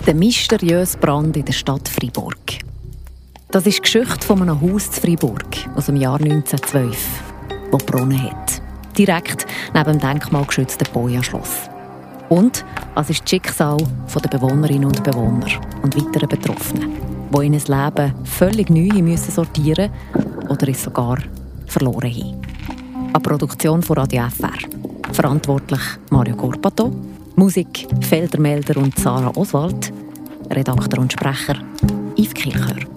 Der mysteriöse Brand in der Stadt Freiburg. Das ist die Geschichte von einem Haus in Freiburg aus dem Jahr 1912, das gebrannt hat. Direkt neben dem denkmalgeschützten Boja-Schloss. Und es ist das Schicksal der Bewohnerinnen und Bewohner und weiteren Betroffenen, die ihr Leben völlig neu müssen sortieren oder es sogar verloren haben. Eine Produktion von Radio FR. Verantwortlich Mario Corpato. Musik Felder Melder und Sarah Oswald. Redakteur und Sprecher Yves Kilchör.